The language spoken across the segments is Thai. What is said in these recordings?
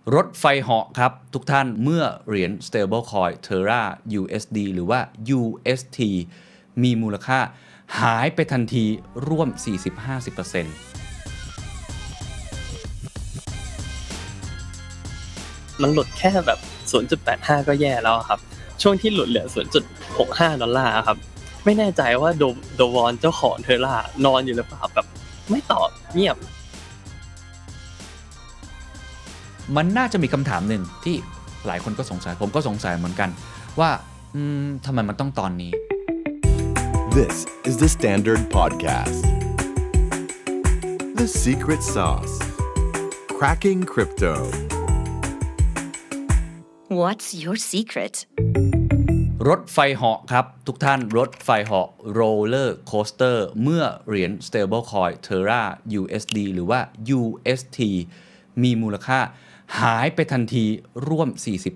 รถไฟเหาะครับทุกท่านเมื่อเหรียญ stablecoin Terra USD หรือว่า UST มีมูลค่าหายไปทันทีร่วม 40-50% มันหลุดแค่แบบ 0.85 ก็แย่แล้วครับช่วงที่หลุดเหลือ 0.65 ดอลลาร์ครับไม่แน่ใจว่าโดวอนเจ้าของ Terra นอนอยู่หรือเปล่าแบบไม่ตอบเงียบมันน่าจะมีคำถามหนึ่งที่หลายคนก็สงสัยผมก็สงสัยเหมือนกันว่าทำไมมันต้องตอนนี้ This is the Standard Podcast The Secret Sauce Cracking Crypto What's your secret รถไฟเหาะครับทุกท่านรถไฟเหาะโรลเลอร์โคสเตอร์เมื่อเหรียญ stablecoin Terra USD หรือว่า UST มีมูลค่าหายไปทันทีร่วม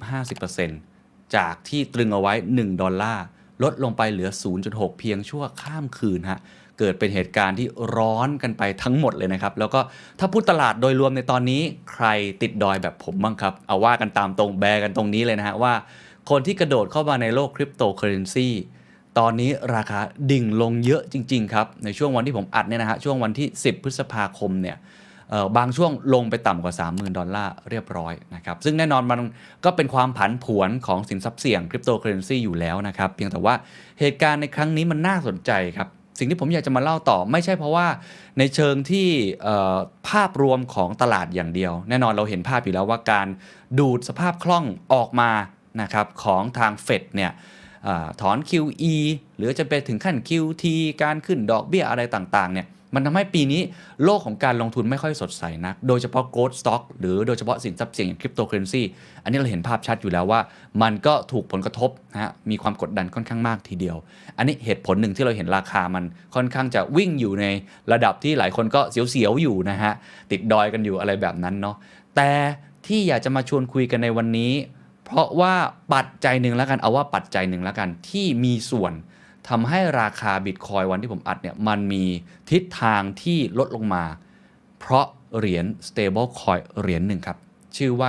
40-50% จากที่ตรึงเอาไว้$1ลดลงไปเหลือ 0.6 เพียงชั่วข้ามคืนฮะเกิดเป็นเหตุการณ์ที่ร้อนกันไปทั้งหมดเลยนะครับแล้วก็ถ้าพูดตลาดโดยรวมในตอนนี้ใครติดดอยแบบผมบ้างครับเอาว่ากันตามตรงแบกันตรงนี้เลยนะฮะว่าคนที่กระโดดเข้ามาในโลกคริปโตเคอเรนซีตอนนี้ราคาดิ่งลงเยอะจริงๆครับในช่วงวันที่ผมอัดเนี่ยนะฮะช่วงวันที่10พฤษภาคมเนี่ยบางช่วงลงไปต่ำกว่า $30,000 เรียบร้อยนะครับซึ่งแน่นอนมันก็เป็นความผันผวนของสินทรัพย์เสี่ยงคริปโตเคอเรนซีอยู่แล้วนะครับเพียงแต่ว่าเหตุการณ์ในครั้งนี้มันน่าสนใจครับสิ่งที่ผมอยากจะมาเล่าต่อไม่ใช่เพราะว่าในเชิงที่ภาพรวมของตลาดอย่างเดียวแน่นอนเราเห็นภาพอยู่แล้วว่าการดูดสภาพคล่องออกมานะครับของทางเฟดเนี่ยถอน QE หรือจะไปถึงขั้น QT การขึ้นดอกเบี้ยอะไรต่างๆเนี่ยมันทำให้ปีนี้โลกของการลงทุนไม่ค่อยสดใสนักโดยเฉพาะ growth stock หรือโดยเฉพาะสินทรัพย์เสี่ยงอย่างคริปโตเคอเรนซีอันนี้เราเห็นภาพชัดอยู่แล้วว่ามันก็ถูกผลกระทบนะฮะมีความกดดันค่อนข้างมากทีเดียวอันนี้เหตุผลหนึ่งที่เราเห็นราคามันค่อนข้างจะวิ่งอยู่ในระดับที่หลายคนก็เสียวๆอยู่นะฮะติดดอยกันอยู่อะไรแบบนั้นเนาะแต่ที่อยากจะมาชวนคุยกันในวันนี้เพราะว่าปัจจัยหนึ่งแล้วกันเอาว่าปัจจัยหนึ่งแล้วกันที่มีส่วนทำให้ราคา Bitcoin วันที่ผมอัดเนี่ยมันมีทิศทางที่ลดลงมาเพราะเหรียญ Stablecoin เหรียญหนึ่งครับชื่อว่า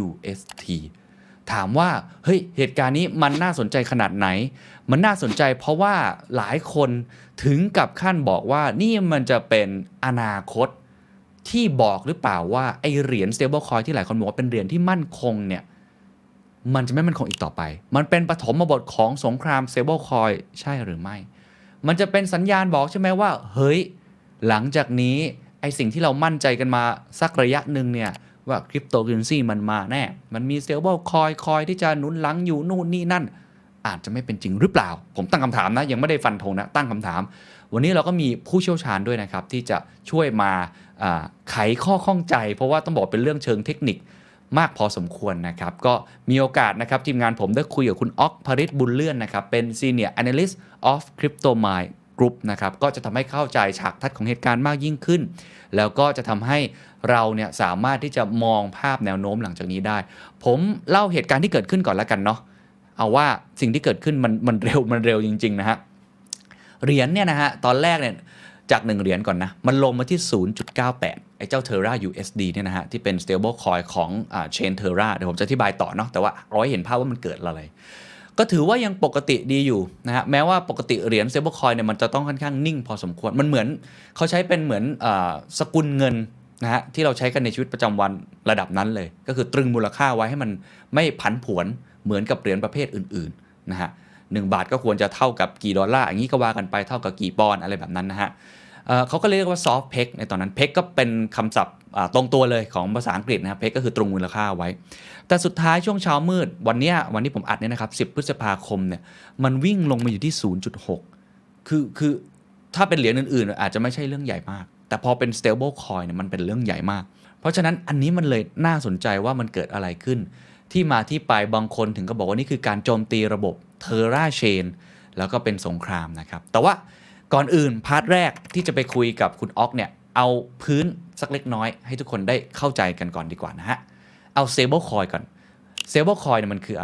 UST ถามว่าเฮ้ยเหตุการณ์นี้มันน่าสนใจขนาดไหนมันน่าสนใจเพราะว่าหลายคนถึงกับขั้นบอกว่านี่มันจะเป็นอนาคตที่บอกหรือเปล่าว่าไอเหรียญ Stablecoin ที่หลายคนบอกว่าเป็นเหรียญที่มั่นคงเนี่ยมันจะไม่มั่นคงอีกต่อไปมันเป็นปฐมบทของสงคราม Stablecoin ใช่หรือไม่มันจะเป็นสัญญาณบอกใช่ไหมว่าเฮ้ยหลังจากนี้ไอสิ่งที่เรามั่นใจกันมาสักระยะนึงเนี่ยว่าคริปโตเคอเรนซีมันมาแน่มันมี Stablecoin คอยที่จะหนุนหลังอยู่นู่นนี่นั่นอาจจะไม่เป็นจริงหรือเปล่าผมตั้งคำถามนะยังไม่ได้ฟันธงนะตั้งคำถามวันนี้เราก็มีผู้เชี่ยวชาญด้วยนะครับที่จะช่วยมาไขข้อข้องใจเพราะว่าต้องบอกเป็นเรื่องเชิงเทคนิคมากพอสมควรนะครับก็มีโอกาสนะครับทีมงานผมได้คุยกับคุณอ๊อก ภริษ บุญเลื่อนนะครับเป็น Senior Analyst of CryptoMine Group นะครับก็จะทำให้เข้าใจฉากทัศน์ของเหตุการณ์มากยิ่งขึ้นแล้วก็จะทำให้เราเนี่ยสามารถที่จะมองภาพแนวโน้มหลังจากนี้ได้ผมเล่าเหตุการณ์ที่เกิดขึ้นก่อนแล้วกันเนาะเอาว่าสิ่งที่เกิดขึ้นมันเร็วจริงๆนะฮะเหรียญเนี่ยนะฮะตอนแรกเนี่ยจาก1เหรียญก่อนนะมันลงมาที่ 0.98 ไอ้เจ้า Terra USD เนี่ยนะฮะที่เป็น stable coin ของchain Terra เดี๋ยวผมจะอธิบายต่อเนาะแต่ว่าเอาให้เห็นภาพว่ามันเกิดอะไรก็ถือว่ายังปกติดีอยู่นะฮะแม้ว่าปกติเหรียญ stable coin เนี่ยมันจะต้องค่อนข้างนิ่งพอสมควรมันเหมือนเขาใช้เป็นเหมือนสกุลเงินนะฮะที่เราใช้กันในชีวิตประจำวันระดับนั้นเลยก็คือตรึงมูลค่าไว้ให้มันไม่ผันผวนเหมือนกับเหรียญประเภทอื่นๆนะฮะ1 บาทก็ควรจะเท่ากับกี่ดอลลาร์อย่างนี้ก็ว่ากันไปเท่ากับกี่ปอนด์อะไรแบบนั้นนะฮะเขาก็เรียกว่า soft peg ในตอนนั้น peg ก็เป็นคำศัพท์ตรงตัวเลยของภาษาอังกฤษนะครับ peg ก็คือตรงมูลค่าไว้แต่สุดท้ายช่วงเช้ามืดวันที่ผมอัดเนี่ยนะครับ10พฤษภาคมเนี่ยมันวิ่งลงมาอยู่ที่ 0.6 คือถ้าเป็นเหรียญอื่นๆอาจจะไม่ใช่เรื่องใหญ่มากแต่พอเป็น stable coin เนี่ยมันเป็นเรื่องใหญ่มากเพราะฉะนั้นอันนี้มันเลยน่าสนใจว่ามันเกิดอะไรขึ้นที่มาที่ไปบางคนถึงก็บอกว่านี่คือการโจมตีระบบ Terra Chain แล้วก็เป็นสงครามนะครับแต่ว่าก่อนอื่นพาร์ทแรกที่จะไปคุยกับคุณอ๊อกเนี่ยเอาพื้นสักเล็กน้อยให้ทุกคนได้เข้าใจกันก่อนดีกว่านะฮะเอา stable coin ก่อน stable coin เนี่ยมันคืออะไร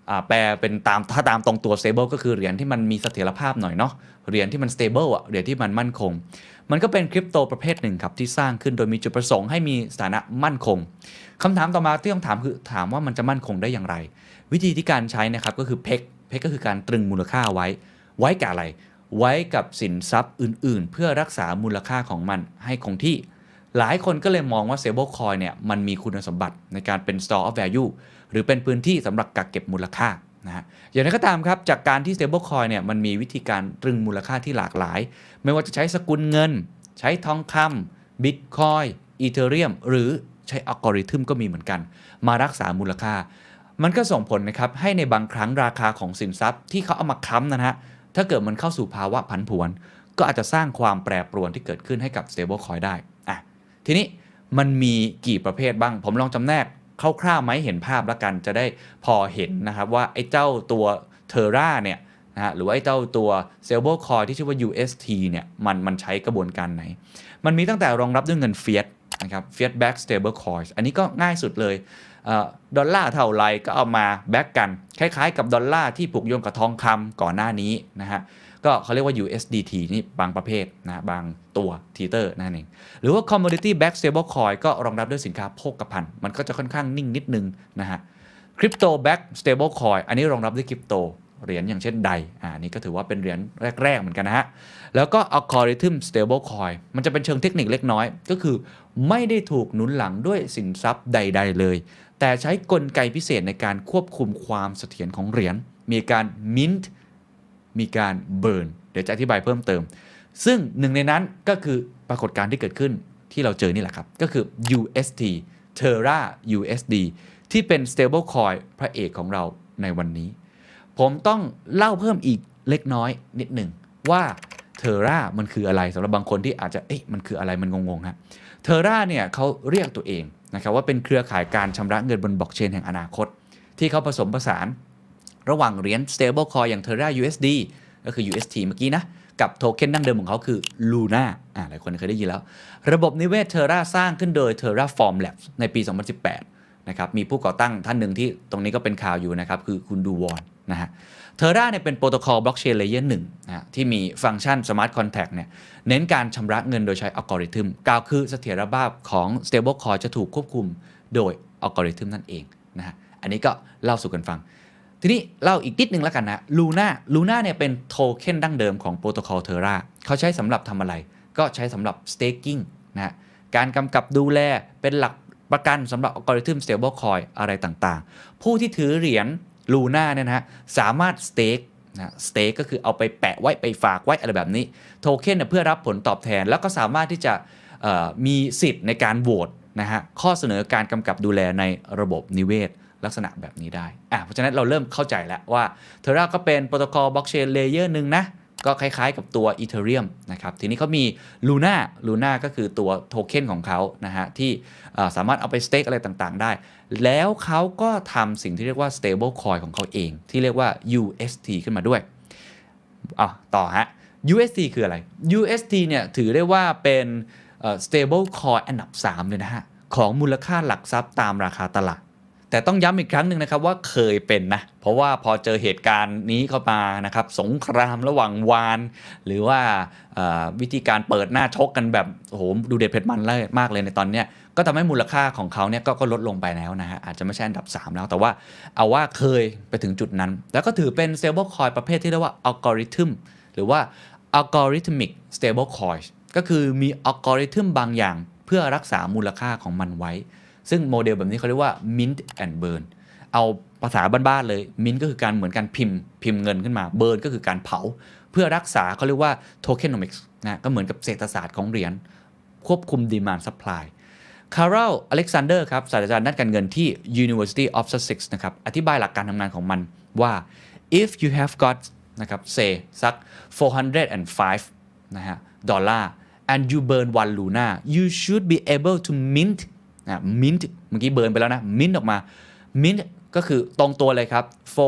แปลเป็นถ้าตามตรงตัว stable ก็คือเหรียญที่มันมีเสถียรภาพหน่อยเนาะเหรียญที่มัน stable เหรียญที่มันมั่นคงมันก็เป็นคริปโตประเภทหนึ่งครับที่สร้างขึ้นโดยมีจุดประสงค์ให้มีสถานะมั่นคงคำถามต่อมาที่ต้องถามคือถามว่ามันจะมั่นคงได้อย่างไรวิธีที่การใช้นะครับก็คือเพกก็คือการตรึงมูลค่าไว้กับอะไรไว้กับสินทรัพย์อื่นๆเพื่อรักษามูลค่าของมันให้คงที่หลายคนก็เลยมองว่า stable coin เนี่ยมันมีคุณสมบัติในการเป็น store of value หรือเป็นพื้นที่สำหรับกักเก็บมูลค่านะฮะอย่างไรก็ตามครับจากการที่ stable coin เนี่ยมันมีวิธีการตรึงมูลค่าที่หลากหลายไม่ว่าจะใช้สกุลเงินใช้ทองคำ Bitcoin Ethereum หรือใช้อัลกอริทึมก็มีเหมือนกันมารักษามูลค่ามันก็ส่งผลนะครับให้ในบางครั้งราคาของสินทรัพย์ที่เขาเอามาค้ำนะฮะถ้าเกิดมันเข้าสู่ภาวะผันผวนก็อาจจะสร้างความแปรปรวนที่เกิดขึ้นให้กับ stable coin ได้ทีนี้มันมีกี่ประเภทบ้างผมลองจำแนกคร่าวๆไหมเห็นภาพแล้วกันจะได้พอเห็นนะครับว่าไอ้เจ้าตัว Terra เนี่ยนะฮะหรือว่าไอ้เจ้าตัว stable coin ที่ชื่อว่า UST เนี่ยมันใช้กระบวนการไหนมันมีตั้งแต่รองรับด้วยเงินเฟียสนะครับ fiat backed stable coins อันนี้ก็ง่ายสุดเลยดอลลาร์เท่าไรก็เอามาแบ็กกันคล้ายๆกับดอลลาร์ที่ผูกโยงกับทองคำก่อนหน้านี้นะฮะก็เขาเรียกว่า USDT นี่บางประเภทนะบางตัวทีเตอร์นั่นเองหรือว่า commodity backed stable coin ก็รองรับด้วยสินค้าโภคภัณฑ์มันก็จะค่อนข้างนิ่งนิดนึงนะฮะ crypto backed stable coin อันนี้รองรับด้วยคริปโตเหรียญอย่างเช่นไดนี่ก็ถือว่าเป็นเหรียญแรกๆเหมือนกันนะฮะแล้วก็ algorithm stable coin มันจะเป็นเชิงเทคนิคเล็กน้อยก็คือไม่ได้ถูกหนุนหลังด้วยสินทรัพย์ใดๆเลยแต่ใช้กลไกพิเศษในการควบคุมความเสถียรของเหรียญมีการ mint มีการ burn เดี๋ยวจะอธิบายเพิ่มเติมซึ่งหนึ่งในนั้นก็คือปรากฏการณ์ที่เกิดขึ้นที่เราเจอนี่แหละครับก็คือ UST Terra USD ที่เป็น stable coin พระเอกของเราในวันนี้ผมต้องเล่าเพิ่มอีกเล็กน้อยนิดหนึ่งว่า Terra มันคืออะไรสำหรับบางคนที่อาจจะมันคืออะไรมันงงๆฮะ Terra เนี่ยเขาเรียกตัวเองนะครับว่าเป็นเครือข่ายการชำระเงินบนบล็อกเชนแห่งอนาคตที่เขาผสมผสานระหว่างเหรียญ stable coin อย่าง Terra USD ก็คือ UST เมื่อกี้นะกับโทเค็นดั้งเดิมของเขาคือ Luna หลายคนเคยได้ยินแล้วระบบนิเวศ Terra สร้างขึ้นโดย Terraform Labs ในปี 2018 นะครับมีผู้ก่อตั้งท่านหนึ่งที่ตรงนี้ก็เป็นข่าวอยู่นะครับคือคุณดูวอนนะฮะ Terra เนี่ยเป็นโปรโตคอลบล็อกเชนเลเยอร์1นะที่มีฟังก์ชัน Smart Contract เนี่ยเน้นการชำระเงินโดยใช้อัลกอริทึมกล่าวคือเสถียรภาพของ stable coin จะถูกควบคุมโดยอัลกอริทึมนั่นเองนะฮะอันนี้ก็เล่าสู่กันฟังทีนี้เล่าอีกนิดนึงแล้วกันนะ Luna เนี่ยเป็นโทเค็นดั้งเดิมของโปรโตคอล Terra เขาใช้สำหรับทำอะไรก็ใช้สำหรับ staking นะการกำกับดูแลเป็นหลักประกันสำหรับอัลกอริทึม stable coin อะไรต่างๆผู้ที่ถือเหรียญ Luna เนี่ยนะฮะสามารถ stake ก็คือเอาไปแปะไว้ไปฝากไว้อะไรแบบนี้โทเค็นเพื่อรับผลตอบแทนแล้วก็สามารถที่จะมีสิทธิ์ในการโหวตนะฮะข้อเสนอการกำกับดูแลในระบบนิเวศลักษณะแบบนี้ได้เพราะฉะนั้นเราเริ่มเข้าใจแล้วว่า Terra ก็เป็นโปรโตคอลบล็อกเชนเลเยอร์นึงนะก็คล้ายๆกับตัว Ethereum นะครับทีนี้เขามี Luna ก็คือตัวโทเค็นของเขานะฮะที่สามารถเอาไปสเต็กอะไรต่างๆได้แล้วเขาก็ทำสิ่งที่เรียกว่า stable coin ของเขาเองที่เรียกว่า UST ขึ้นมาด้วยต่อฮะ UST คืออะไร UST เนี่ยถือได้ว่าเป็น stable coin อันดับ3เลยนะฮะของมูลค่าหลักทรัพย์ตามราคาตลาดแต่ต้องย้ำอีกครั้งหนึ่งนะครับว่าเคยเป็นนะเพราะว่าพอเจอเหตุการณ์นี้เข้ามานะครับสงครามระหว่างวานหรือว่าวิธีการเปิดหน้าชกกันแบบโอ้โหดูเด็ดเผ็ดมันเลยมากเลยในตอนเนี้ยก็ทำให้มูลค่าของเขาเนี่ยก็ลดลงไปแล้วนะฮะอาจจะไม่ใช่อันดับ3แล้วแต่ว่าเอาว่าเคยไปถึงจุดนั้นแล้วก็ถือเป็น stable coin ประเภทที่เรียกว่า algorithm หรือว่า algorithmic stable coin ก็คือมีอัลกอริทึมบางอย่างเพื่อรักษามูลค่าของมันไว้ซึ่งโมเดลแบบนี้เขาเรียกว่า mint and burn เอาภาษาบ้านๆเลย mint ก็คือการเหมือนการพิมพ์เงินขึ้นมา burn ก็คือการเผาเพื่อรักษาเขาเรียกว่า tokenomics นะก็เหมือนกับเศรษฐศาสตร์ของเหรียญควบคุม demand supply Carol Alexander ครับศาสตราจารย์ด้านการเงินที่ University of Sussex นะครับอธิบายหลักการทำงานของมันว่า if you have got นะครับ say สัก405นะฮะดอลลาร์ and you burn one Luna you should be able to mint mint เมื่อกี้เบิร์นไปแล้วนะ mint ออกมา mint ก็คือตรงตัวเลยครับ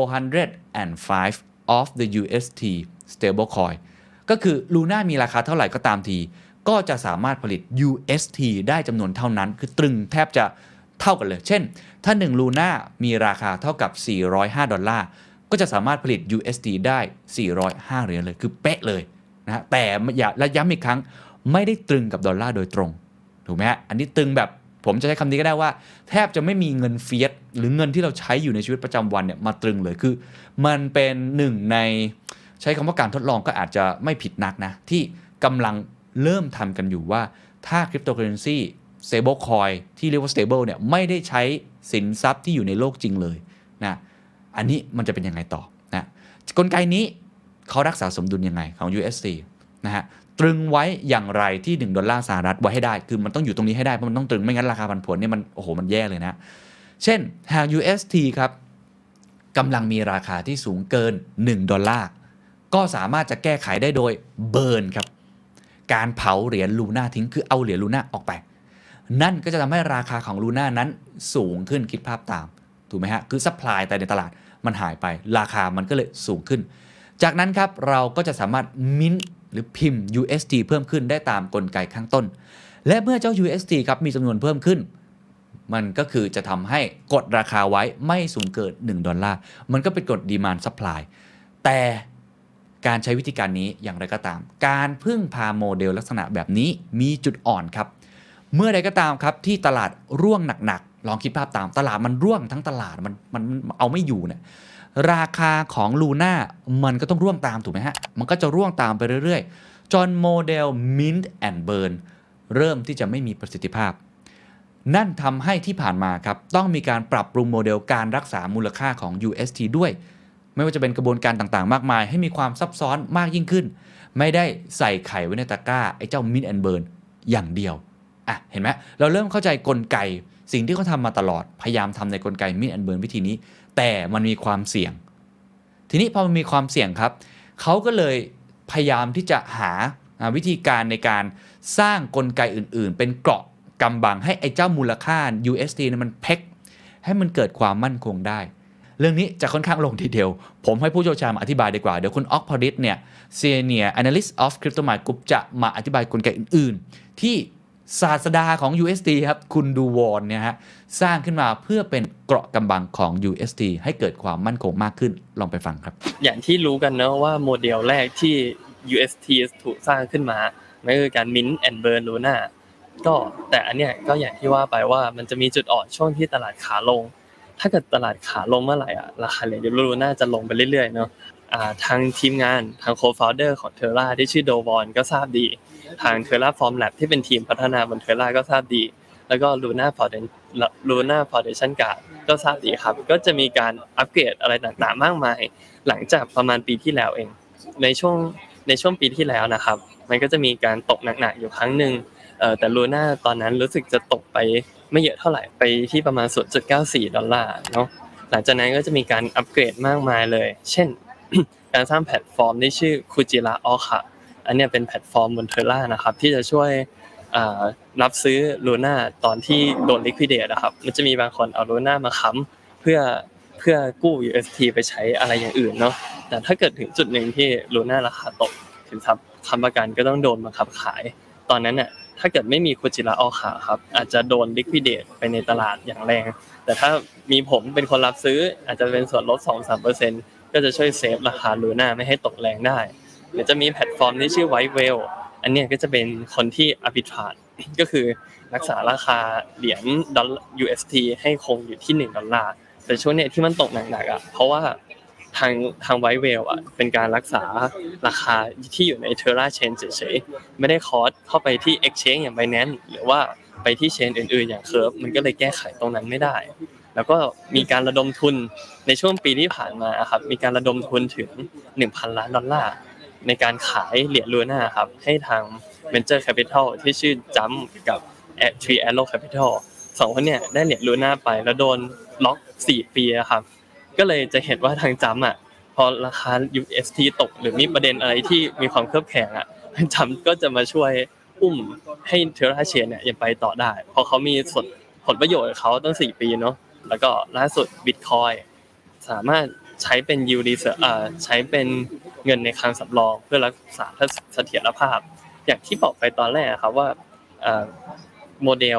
405 of the UST stable coin ก็คือ Luna มีราคาเท่าไหร่ก็ตามทีก็จะสามารถผลิต UST ได้จำนวนเท่านั้นคือตรึงแทบจะเท่ากันเลยเช่นถ้า1ลูน่ามีราคาเท่ากับ$405ก็จะสามารถผลิต USD ได้405เหรียญเลยคือเป๊ะเลยนะฮะแต่และย้ำอีกครั้งไม่ได้ตรึงกับดอลลาร์โดยตรงถูกไหมฮะอันนี้ตึงแบบผมจะใช้คำนี้ก็ได้ว่าแทบจะไม่มีเงินเฟียสหรือเงินที่เราใช้อยู่ในชีวิตประจำวันเนี่ยมาตรึงเลยคือมันเป็นหนึ่งในใช้คำว่าการทดลองก็อาจจะไม่ผิดนักนะที่กำลังเริ่มทำกันอยู่ว่าถ้าคริปโตเคอเรนซีstable coin ที่เรียกว่า stable เนี่ยไม่ได้ใช้สินทรัพย์ที่อยู่ในโลกจริงเลยนะอันนี้มันจะเป็นยังไงต่อนะกลไกนี้เขารักษาสมดุลยังไงของ USD นะฮะตรึงไว้อย่างไรที่$1ไว้ให้ได้คือมันต้องอยู่ตรงนี้ให้ได้เพราะมันต้องตรึงไม่งั้นราคาผันผวนเนี่ยมันโอ้โหมันแย่เลยนะเช่นหาก USD ครับกำลังมีราคาที่สูงเกิน$1ก็สามารถจะแก้ไขได้โดยเบิร์นครับการเผาเหรียญลูน่าทิ้งคือเอาเหรียญลูน่าออกไปนั่นก็จะทำให้ราคาของลูน่านั้นสูงขึ้นคิดภาพตามถูกไหมฮะคือซัพพลายแต่ในตลาดมันหายไปราคามันก็เลยสูงขึ้นจากนั้นครับเราก็จะสามารถมิ้นหรือพิมพ์ USD เพิ่มขึ้นได้ตามกลไกข้างต้นและเมื่อเจ้า USD ครับมีจำนวนเพิ่มขึ้นมันก็คือจะทำให้กดราคาไว้ไม่สูงเกิน$1มันก็เป็นกฎ Demand Supply แต่การใช้วิธีการนี้อย่างไรก็ตามการพึ่งพาโมเดลลักษณะแบบนี้มีจุดอ่อนครับเมื่อใดก็ตามครับที่ตลาดร่วงหนักๆลองคิดภาพตามตลาดมันร่วงทั้งตลาดมันเอาไม่อยู่เนี่ยราคาของลูน่ามันก็ต้องร่วงตามถูกไหมฮะมันก็จะร่วงตามไปเรื่อยๆจนโมเดล Mint and Burn เริ่มที่จะไม่มีประสิทธิภาพนั่นทำให้ที่ผ่านมาครับต้องมีการปรับปรุงโมเดลการรักษามูลค่าของ UST ด้วยไม่ว่าจะเป็นกระบวนการต่างๆมากมายให้มีความซับซ้อนมากยิ่งขึ้นไม่ได้ใส่ไข่ไว้ในตะกร้าไอ้เจ้า Mint and Burn อย่างเดียวเห็นไหมเราเริ่มเข้าใจกลไกสิ่งที่เขาทำมาตลอดพยายามทำในกลไก Mint and Burn วิธีนี้แต่มันมีความเสี่ยงทีนี้พอมันมีความเสี่ยงครับเขาก็เลยพยายามที่จะหาวิธีการในการสร้างกลไกอื่นๆเป็นเกราะกำบังให้ไอ้เจ้ามูลค่า USD เนี่ยมันเพ็กให้มันเกิดความมั่นคงได้เรื่องนี้จะค่อนข้างลงทีเดียวผมให้ผู้เชี่ยวชาญมาอธิบายดีกว่าเดี๋ยวคุณออกพอริสเนี่ย Senior Analyst of Cryptomart Group จะมาอธิบายกลไกอื่นๆที่ศาสดาของ USD ครับคุณดูวอนเนี่ยฮะสร้างขึ้นมาเพื่อเป็นเกราะกำบังของ USD ให้เกิดความมั่นคงมากขึ้นลองไปฟังครับอย่างที่รู้กันเนอะว่าโมเดลแรกที่ UST ถูกสร้างขึ้นมานั่นคือการ Mint and Burn Luna ก็แต่อันเนี้ยก็อย่างที่ว่าไปว่ามันจะมีจุดอ่อนช่วงที่ตลาดขาลงถ้าเกิดตลาดขาลงเมื่อไหร่ราคาเหรียญลูน่าจะลงไปเรื่อยๆเนาะทางทีมงานทางโคฟาวเดอร์ของ Terra ที่ชื่อโดวอนก็ทราบดีทาง Terraform Lab ที่เป็นทีมพัฒนาบน Terra ก็ทราบดีแล้วก็ Luna Foundation Guard ก็ทราบดีครับก็จะมีการอัปเกรดอะไรต่างๆมากมายหลังจากประมาณปีที่แล้วเองในช่วงปีที่แล้วนะครับมันก็จะมีการตกหนักๆอยู่ครั้งนึงแต่ Luna ตอนนั้นรู้สึกจะตกไปไม่เยอะเท่าไหร่ไปที่ประมาณ$0.94เนาะหลังจากนั้นก็จะมีการอัปเกรดมากมายเลยเช่น การสร้างแพลตฟอร์มที่ชื่อ Kujira Orc อันนี้เป็นแพลตฟอร์มบน Terra นะครับที่จะช่วยรับซื้อ Luna ตอนที่โดน liquidate นะครับมันจะมีบางคนเอา Luna มาค้ำเพื่อกู้ UST ไปใช้อะไรอย่างอื่นเนาะแต่ถ้าเกิดถึงจุดหนึ่งที่ Luna ราคาตกสินทรัพย์ค้ำประกันก็ต้องโดนบังคับขายตอนนั้นน่ะถ้าเกิดไม่มี Kujira Orc ครับอาจจะโดน liquidate ไปในตลาดอย่างแรงแต่ถ้ามีผมเป็นคนรับซื้ออาจจะเป็นส่วนลด 2-3% ก็จะช่วยเซฟราคา Luna ไม่ให้ตกแรงได้เดี๋ยวจะมีแพลตฟอร์มที่ชื่อ White Whale อันนี้ก็จะเป็นคนที่ arbitrage ก็คือรักษาราคาเหรียญ UST ให้คงอยู่ที่$1แต่ช่วงนี้ที่มันตกหนักๆเพราะว่าทาง White Whale เป็นการรักษาราคาที่อยู่ใน Terra Chain เฉยๆไม่ได้คอร์สเข้าไปที่ Exchange อย่าง Binance หรือว่าไปที่ Chain อื่นๆอย่าง Curve มันก็เลยแก้ไขตรงนั้นไม่ได้แล้วก็มีการระดมทุนในช่วงปีที่ผ่านมาครับมีการระดมทุนถึง$1,000 ล้านในการขายเหรียญ Luna ครับให้ทาง Venture Capital ที่ชื่อ Jump กับ Tree Arrow Capital 2คนเนี่ยได้เหรียญ Luna ไปแล้วโดนล็อก4ปีครับก็เลยจะเห็นว่าทาง Jump พอราคา UST ตกหรือมีประเด็นอะไรที่มีความเคลือบแคลงJump ก็จะมาช่วยอุ้มให้ Terra Chain เนี่ยยังไปต่อได้เพราะเขามีผลประโยชน์กับเขาตั้ง4ปีเนาะแล้วก็ล่าสุด Bitcoin สามารถใช้เป็น yield reserve ใช้เป็นเงินในคลังสำรองเพื่อรักษาเสถียรภาพอย่างที่บอกไปตอนแรกครับว่าโมเดล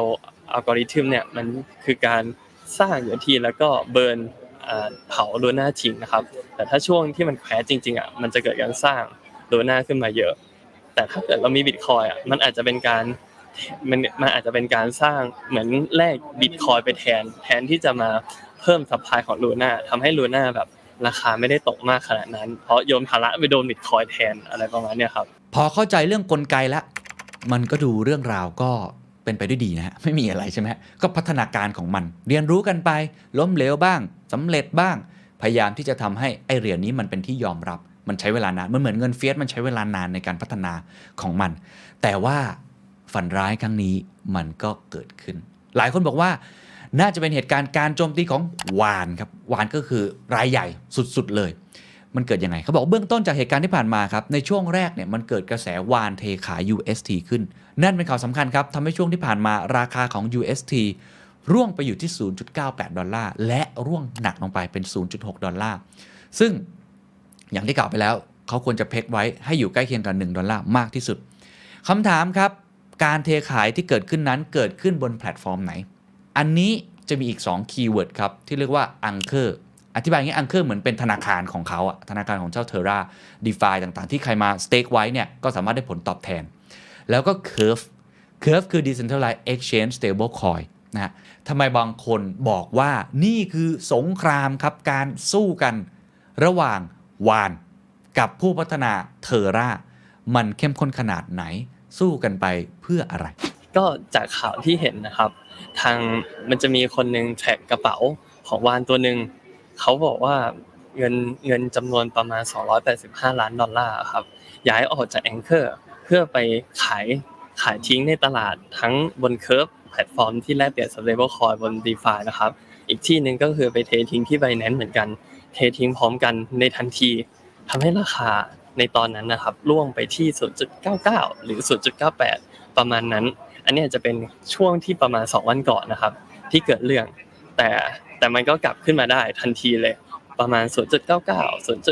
อัลกอริทึมเนี่ยมันคือการสร้างอยู่ที่แล้วก็เบิร์นเผาลูน่าทิ้งนะครับแต่ถ้าช่วงที่มันแครชจริงๆอ่ะมันจะเกิดการสร้างลูน่าขึ้นมาเยอะแต่ถ้าเกิดเรามี Bitcoin อ่ะมันอาจจะเป็นการสร้างเหมือนแลก Bitcoin ไปแทนที่จะมาเพิ่มซัพพลายของลูน่าทำให้ลูน่าแบบราคาไม่ได้ตกมากขนาดนั้นเพราะโยนภาระไปโดน Bitcoin แทนอะไรประมาณเนี้ยครับพอเข้าใจเรื่องกลไกแล้วมันก็ดูเรื่องราวก็เป็นไปด้วยดีนะฮะไม่มีอะไรใช่ไหมก็พัฒนาการของมันเรียนรู้กันไปล้มเหลวบ้างสำเร็จบ้างพยายามที่จะทำให้ไอเหรียญนี้มันเป็นที่ยอมรับมันใช้เวลานานมันเหมือนเงินเฟียสมันใช้เวลานานในการพัฒนาของมันแต่ว่าฝันร้ายครั้งนี้มันก็เกิดขึ้นหลายคนบอกว่าน่าจะเป็นเหตุการณ์การโจมตีของวานครับวานก็คือรายใหญ่สุดๆเลยมันเกิดยังไงเขาบอกเบื้องต้นจากเหตุการณ์ที่ผ่านมาครับในช่วงแรกเนี่ยมันเกิดกระแสวานเทขาย UST ขึ้นนั่นเป็นข่าวสำคัญครับทำให้ช่วงที่ผ่านมาราคาของ UST ร่วงไปอยู่ที่ 0.98 ดอลลาร์และร่วงหนักลงไปเป็น 0.6 ดอลลาร์ซึ่งอย่างที่กล่าวไปแล้วเขาควรจะเพกไว้ให้อยู่ใกล้เคียงกับ1ดอลลาร์มากที่สุดคำถามครับการเทขายที่เกิดขึ้นนั้นเกิดขึ้นบนแพลตฟอร์มไหนอันนี้จะมีอีก2คีย์เวิร์ดครับที่เรียกว่า Anchor อธิบายอย่างนี้ Anchor เหมือนเป็นธนาคารของเขาอะธนาคารของเจ้า Terra DeFi ต่างๆที่ใครมาสเต็กไว้เนี่ยก็สามารถได้ผลตอบแทนแล้วก็ Curve คือ Decentralized Exchange Stablecoin นะฮะทำไมบางคนบอกว่านี่คือสงครามครับการสู้กันระหว่างวานกับผู้พัฒนา Terra มันเข้มข้นขนาดไหนสู้กันไปเพื่ออะไรก็จากข่าวที่เห็นนะครับทางมันจะมีคนนึงแท็กกระเป๋าของวานตัวนึงเขาบอกว่าเงินจำนวนประมาณ$285 ล้านครับย้ายออกจาก Anchor เพื่อไปขายทิ้งในตลาดทั้งบน Curve แพลตฟอร์มที่แลกเปลี่ยน Stablecoin บน DeFi นะครับอีกที่นึงก็คือไปเททิ้งที่ Binance เหมือนกันเททิ้งพร้อมกันในทันทีทำให้ราคาในตอนนั้นนะครับร่วงไปที่ 0.99 หรือ 0.98 ประมาณนั้นอันนี้จะเป็นช่วงที่ประมาณ2วันก่อนนะครับที่เกิดเรื่องแต่มันก็กลับขึ้นมาได้ทันทีเลยประมาณ 0.99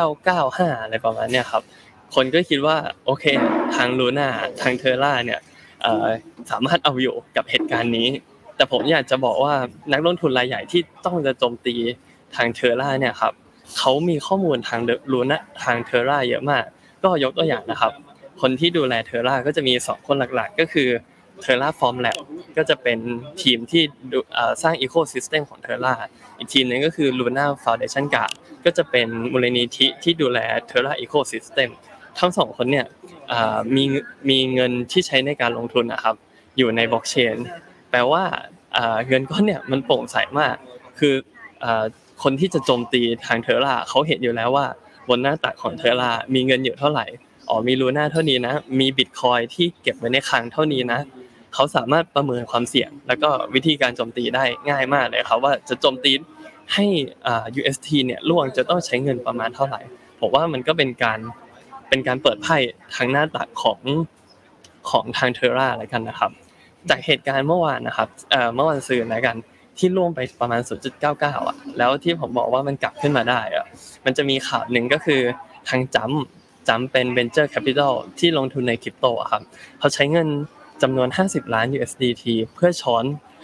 0.995 อะไรประมาณเนี้ยครับคนก็คิดว่าโอเคทาง Luna ทาง Terra เนี่ยสามารถเอาอยู่กับเหตุการณ์นี้แต่ผมอยากจะบอกว่านักลงทุนรายใหญ่ที่ต้องจะโจมตีทาง Terra เนี่ยครับเขามีข้อมูลทาง Luna ทาง Terra เยอะมากก็ยกตัวอย่างนะครับคนที่ดูแล Terra ก็จะมี2คนหลักๆก็คือ Terraform Lab ก็จะเป็นทีมที่สร้าง Ecosystem ของ Terra อีกทีนึงก็คือ Luna Foundation Guard ก็จะเป็นมูลนิธิที่ดูแล Terra Ecosystem ทั้ง2คนเนี่ยมีเงินที่ใช้ในการลงทุนนะครับอยู่ในบล็อกเชนแปลว่าเงินก้อนเนี่ยมันโปร่งใสมากคือคนที่จะโจมตีทาง Terra เขาเห็นอยู่แล้วว่าบนหน้าตักของ Terra มีเงินอยู่เท่าไหร่มี Luna เท่านี้นะมี Bitcoin ที่เก็บไว้ในคลังเท่านี้นะเขาสามารถประเมินความเสี่ยงแล้วก็วิธีการโจมตีได้ง่ายมากเลยครับว่าจะโจมตีให้UST เนี่ยร่วงจะต้องใช้เงินประมาณเท่าไหร่ผมว่ามันก็เป็นการเปิดไพ่ทางหน้าตักของทาง Terra แล้วกันนะครับจากเหตุการณ์เมื่อวานนะครับเมื่อวันซืนแล้วกันที่ร่วงไปประมาณ 0.99 อ่ะแล้วที่ผมบอกว่ามันกลับขึ้นมาได้อ่ะมันจะมีข่าวนึงก็คือทางจัมเป็น Venture Capital ที่ลงทุนในคริปโตครับเขาใช้เงินจำนวน50 ล้าน USDT เพื่อช้อน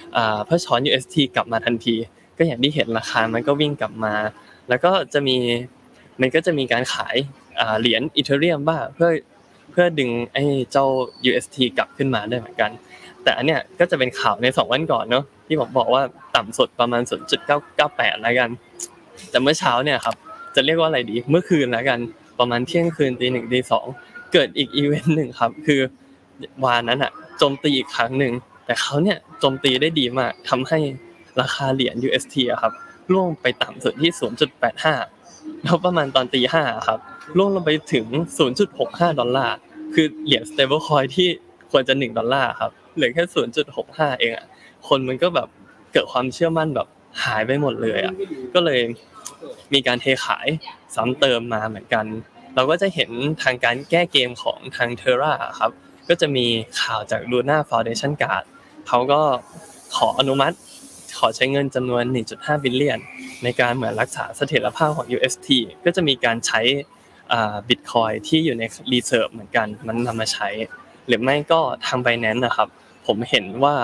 UST กลับมาทันทีก็อย่างที่เห็นราคามันก็วิ่งกลับมาแล้วก็จะมีการขายเหรียญ Ethereum บ้างเพื่อดึงไอ้เจ้า UST กลับขึ้นมาได้เหมือนกันแต่อันเนี้ยก็จะเป็นข่าวใน2วันก่อนเนาะที่ผมบอกว่าต่ำสุดประมาณ 0.998 แล้วกันแต่เมื่อเช้าเนี่ยครับจะเรียกว่าอะไรดีเมื่อคืนแล้วกันประมาณเที่ยงคืน 1:00 น 2:00 เกิดอีกอีเวนต์นึงครับคือวานนั้นอ่ะโจมตีอีกครั้งนึงแต่เขาเนี่ยโจมตีได้ดีมากทำให้ราคาเหรียญ UST อ่ะครับร่วงไปต่ำสุดที่ 0.85 แล้วประมาณตอน 5:00 นครับร่วงลงไปถึง 0.65 ดอลลาร์คือเหรียญ stablecoin ที่ควรจะ1ดอลลาร์ครับเหลือแค่ 0.65 เองอ่ะคนมันก็แบบเกิดความเชื่อมั่นแบบหายไปหมดเลยอ่ะก็เลยมีการเทขายซ้ำเติมมาเหมือนกันเราก็จะเห็นทางการแก้เกมของทาง Terra ครับก็จะมีข่าวจาก Luna Foundation Guard เขาก็ขออนุมัติขอใช้เงินจำนวน 1.5 บิลเลียนในการเหมือนรักษาเสถียรภาพของ UST ก็จะมีการใช้Bitcoin ที่อยู่ใน Reserve เหมือนกันมันนำมาใช้หรือไม่ก็ทาง Binance นะครับผมเห็นว่า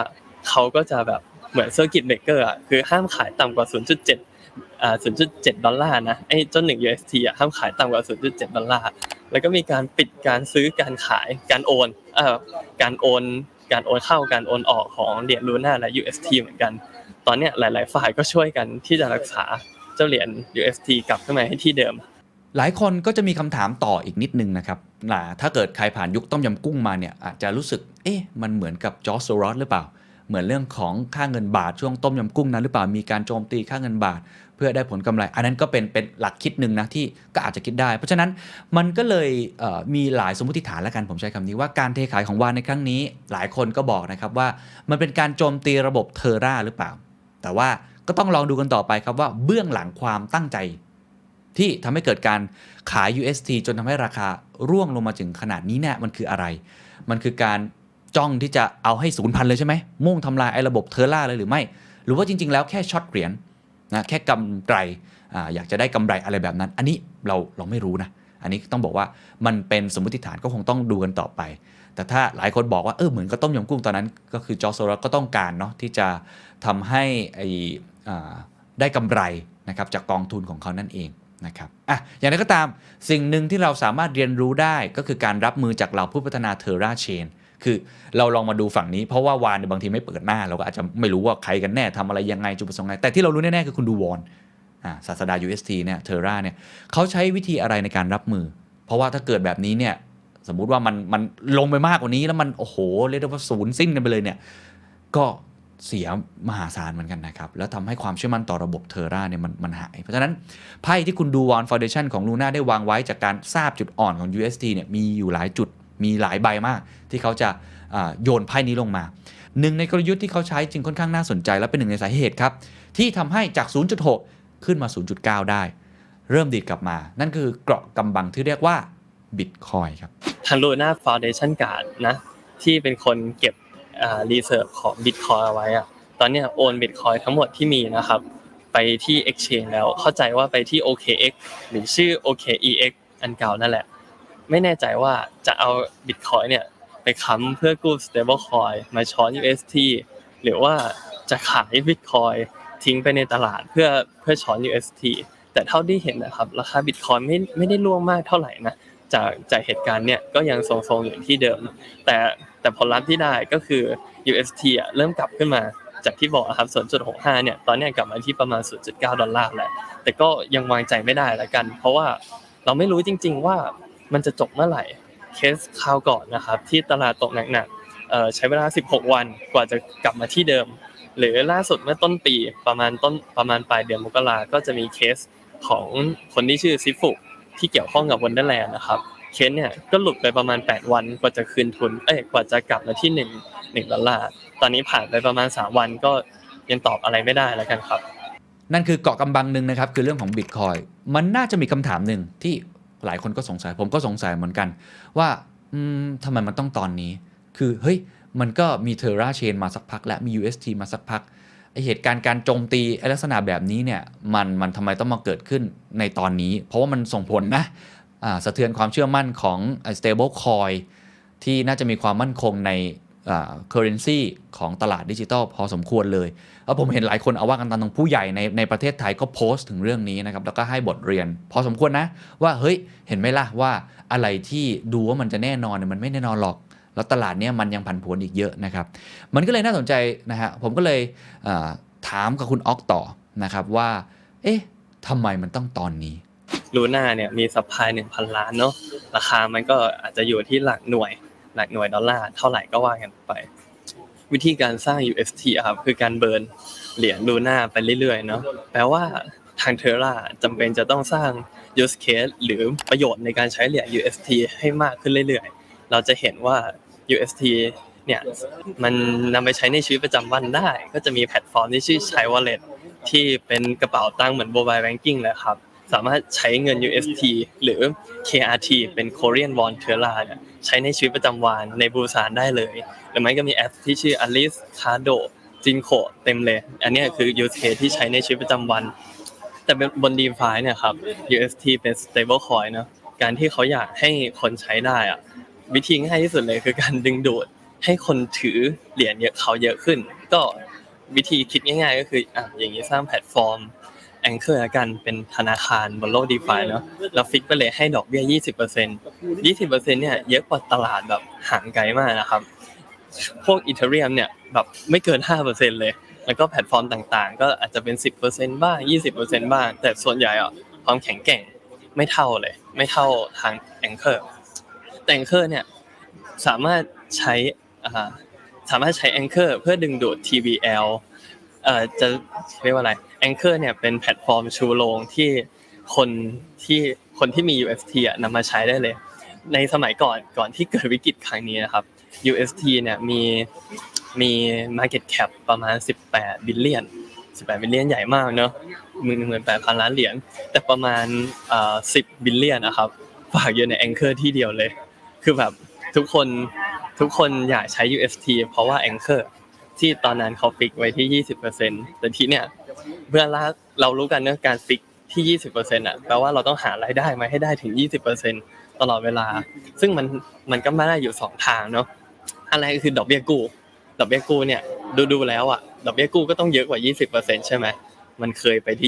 เขาก็จะแบบเหมือนเซอร์กิตเบรกเกอร์อ่ะคือห้ามขายต่ำกว่า 0.7 ดอลลาร์นะไอ้เจ้า1 UST อ่ะห้ามขายต่ำกว่า 0.7 ดอลลาร์แล้วก็มีการปิดการซื้อการขายการโอนการโอนเข้าการโอนออกของเหรียญลูน่าและ UST เหมือนกันตอนเนี้ยหลายๆฝ่ายก็ช่วยกันที่จะรักษาเจ้าเหรียญ UST กลับขึ้นมาให้ที่เดิมหลายคนก็จะมีคำถามต่ออีกนิดนึงนะครับถ้าเกิดใครผ่านยุคต้มยำกุ้งมาเนี่ยอาจจะรู้สึกมันเหมือนกับจอร์จ โซรอสหรือเปล่าเหมือนเรื่องของค่าเงินบาทช่วงต้มยำกุ้งนั้นหรือเปล่ามีการโจมตีค่าเงินบาทเพื่อได้ผลกำไรอันนั้นก็เป็นหลักคิดนึงนะที่ก็อาจจะคิดได้เพราะฉะนั้นมันก็เลยมีหลายสมมติฐานแล้วกันผมใช้คำนี้ว่าการเทขายของวานในครั้งนี้หลายคนก็บอกนะครับว่ามันเป็นการโจมตีระบบเทอร่าหรือเปล่าแต่ว่าก็ต้องลองดูกันต่อไปครับว่าเบื้องหลังความตั้งใจที่ทำให้เกิดการขาย UST จนทำให้ราคาร่วงลงมาถึงขนาดนี้เนี่ยมันคืออะไรมันคือการจ้องที่จะเอาให้สูญพันธุ์เลยใช่ไหมมุ่งทำลายไอ้ระบบเทอร่าเลยหรือไม่หรือว่าจริงๆแล้วแค่ช็อตเหรียญนะแค่กำไรอยากจะได้กำไรอะไรแบบนั้นอันนี้เราไม่รู้นะอันนี้ต้องบอกว่ามันเป็นสมมติฐานก็คงต้องดูกันต่อไปแต่ถ้าหลายคนบอกว่าเหมือนกับต้มยำกุ้งตอนนั้นก็คือจอร์จ โซรอสก็ต้องการเนาะที่จะทำให้ได้กำไรนะครับจากกองทุนของเขานั่นเองนะครับอย่างไรก็ตามสิ่งหนึ่งที่เราสามารถเรียนรู้ได้ก็คือการรับมือจากเราผู้พัฒนา Terra Chain คือเราลองมาดูฝั่งนี้เพราะว่าวานบางทีไม่เปิดหน้าเราก็อาจจะไม่รู้ว่าใครกันแน่ทำอะไรยังไงจุดประสงค์ไงแต่ที่เรารู้แน่ๆคือคุณดูวอนศาสดา UST เนี่ย Terra เนี่ยเขาใช้วิธีอะไรในการรับมือเพราะว่าถ้าเกิดแบบนี้เนี่ยสมมุติว่ามันลงไปมากกว่านี้แล้วมันโอ้โหเรียกได้ว่าศูนย์สิ้นกันไปเลยเนี่ยก็เสียมหาศาลเหมือนกันนะครับแล้วทำให้ความเชื่อมั่นต่อระบบ Terra เนี่ยมันหายเพราะฉะนั้นไพ่ที่คุณดูวอน Foundation ของ Luna ได้วางไว้จากการทราบจุดอ่อนของ UST เนี่ยมีอยู่หลายจุดมีหลายใบมากที่เขาจะโยนไพ่นี้ลงมาหนึ่งในกลยุทธ์ที่เขาใช้จึงค่อนข้างน่าสนใจและเป็นหนึ่งในสาเหตุครับที่ทำให้จาก 0.6 ขึ้นมา 0.9 ได้เริ่มดีดกลับมานั่นคือเกราะกำบังที่เรียกว่า Bitcoin ครับทาง Luna Foundation Guard นะที่เป็นคนเก็บรีเซิร์ฟของ Bitcoin เอาไว้ตอนนี้โอน Bitcoin ทั้งหมดที่มีนะครับไปที่ Exchange แล้วเข้าใจว่าไปที่ OKX หรือชื่อ OKEX อันเก่านั่นแหละไม่แน่ใจว่าจะเอา Bitcoin เนี่ยไปค้ำเพื่อกู้ Stablecoin มาช้อน UST หรือว่าจะขาย Bitcoin ทิ้งไปในตลาดเพื่อช้อน UST แต่เท่าที่เห็นนะครับราคา Bitcoin ไม่ได้ร่วงมากเท่าไหร่นะจากเหตุการณ์เนี่ยก็ยังทรงๆอยู่ที่เดิมแต่ผลลัพธ์ที่ได้ก็คือ UST เริ่มกลับขึ้นมาจากที่บอกครับ 0.65 เนี่ยตอนนี้กลับมาที่ประมาณ 0.9 ดอลลาร์แล้วแต่ก็ยังวางใจไม่ได้ละกันเพราะว่าเราไม่รู้จริงๆว่ามันจะจบเมื่อไหร่เคสคราวก่อนนะครับที่ตลาดตกหนักๆใช้เวลา16วันกว่าจะกลับมาที่เดิมหรือล่าสุดเมื่อต้นปีประมาณปลายเดือนมกราก็จะมีเคสของคนที่ชื่อซิฟุที่เกี่ยวข้องกับ Wonderland นะครับเคสเนี่ยก็หลุดไปประมาณ8วันกว่าจะคืนทุนกว่าจะกลับมาที่1ดอลลาร์ตอนนี้ผ่านไปประมาณ3วันก็ยังตอบอะไรไม่ได้แล้วกันครับนั่นคือเกาะกำบังนึงนะครับคือเรื่องของ Bitcoin มันน่าจะมีคำถามนึงที่หลายคนก็สงสัยผมก็สงสัยเหมือนกันว่าทำไมมันต้องตอนนี้คือเฮ้ยมันก็มี Terra Chain มาสักพักและมี UST มาสักพักเหตุการณ์การโจมตีลักษณะแบบนี้เนี่ยมันทำไมต้องมาเกิดขึ้นในตอนนี้เพราะว่ามันส่งผลนะสะเทือนความเชื่อมั่นของ stable coin ที่น่าจะมีความมั่นคงในcurrency ของตลาดดิจิทัลพอสมควรเลยแล้วผมเห็นหลายคนเอาว่ากันตามผู้ใหญ่ในประเทศไทยก็โพสต์ถึงเรื่องนี้นะครับแล้วก็ให้บทเรียนพอสมควรนะว่าเฮ้ยเห็นไหมล่ะว่าอะไรที่ดูว่ามันจะแน่นอนเนี่ยมันไม่แน่นอนหรอกแล้วตลาดเนี้ยมันยังผันผวนอีกเยอะนะครับมันก็เลยน่าสนใจนะฮะผมก็เลยถามกับคุณออกต่อนะครับว่าทำไมมันต้องตอนนี้ลูน่าเนี่ยมีซัพพลาย 1,000 ล้านเนาะราคามันก็อาจจะอยู่ที่หลักหน่วยดอลลาร์เท่าไหร่ก็ว่ากันไปวิธีการสร้าง UST ครับคือการเบิร์นเหรียญลูน่าไปเรื่อยๆเนาะแปลว่าทาง Terra จำเป็นจะต้องสร้าง use case หรือประโยชน์ในการใช้เหรียญ UST ให้มากขึ้นเรื่อยๆเราจะเห็นว่า UST เนี่ยมันนำไปใช้ในชีวิตประจำวันได้ก็จะมีแพลตฟอร์มที่ชื่อ Chai Wallet ที่เป็นกระเป๋าตังค์เหมือน Mobile Banking เลยครับสามารถใช้เงิน UST หรือ KRT เป็น Korean Won Terra เนี่ยใช้ในชีวิตประจำวันในบูซานได้เลยหรือไม่ก็มีแอปที่ชื่อ Alice Cardo Jinko เต็มเลยอันนี้คือ use case ที่ใช้ในชีวิตประจำวันแต่บน DeFi เนี่ยครับ UST เป็น stable coin เนาะการที่เขาอยากให้คนใช้ได้วิธีง่ายที่สุดเลยคือการดึงดูดให้คนถือเหรียญเยอะเขาเยอะขึ้นก็วิธีคิดง่ายๆก็คืออย่างนี้สร้างแพลตฟอร์มAnchor ละกันเป็นธนาคารบนโลก DeFi เนาะแล้วฟิกไปเลยให้ดอกเบี้ย 20% 20% เนี่ยเยอะกว่าตลาดแบบห่างไกลมากนะครับพวก Ethereum เนี่ยแบบไม่เกิน 5% เลยแล้วก็แพลตฟอร์มต่างๆก็อาจจะเป็น 10% บ้าง 20% บ้างแต่ส่วนใหญ่ความแข็งแกร่งไม่เท่าทาง Anchor แต่ Anchor เนี่ยสามารถใช้Anchor เพื่อดึงดูด TVL จะเรียกว่าอะไร Anchor เนี่ยเป็นแพลตฟอร์มชูโรงที่คนที่มี UST นำมาใช้ได้เลยในสมัยก่อนที่เกิดวิกฤตครั้งนี้นะครับ UST เนี่ยมี market cap ประมาณ18 billion ใหญ่มากเนาะ 18,000 ล้านเหรียญแต่ประมาณ10 billion นะครับฝากอยู่ใน Anchor ที่เดียวเลยคือแบบทุกคนอยากใช้ UST เพราะว่า Anchor ที่ตอนนั้นเขาฟิกไว้ที่ 20% แต่ทีเนี้ยเมื่อเรารู้กันเรื่องการฟิกที่ 20% แปลว่าเราต้องหารายได้มาให้ได้ถึง 20% ตลอดเวลาซึ่งมันก็ไม่ได้อยู่2ทางเนาะอะไรก็คือดอกเบี้ยกู้เนี่ยดูแล้วดอกเบี้ยกู้ก็ต้องเยอะกว่า 20% ใช่มั้ยมันเคยไปที่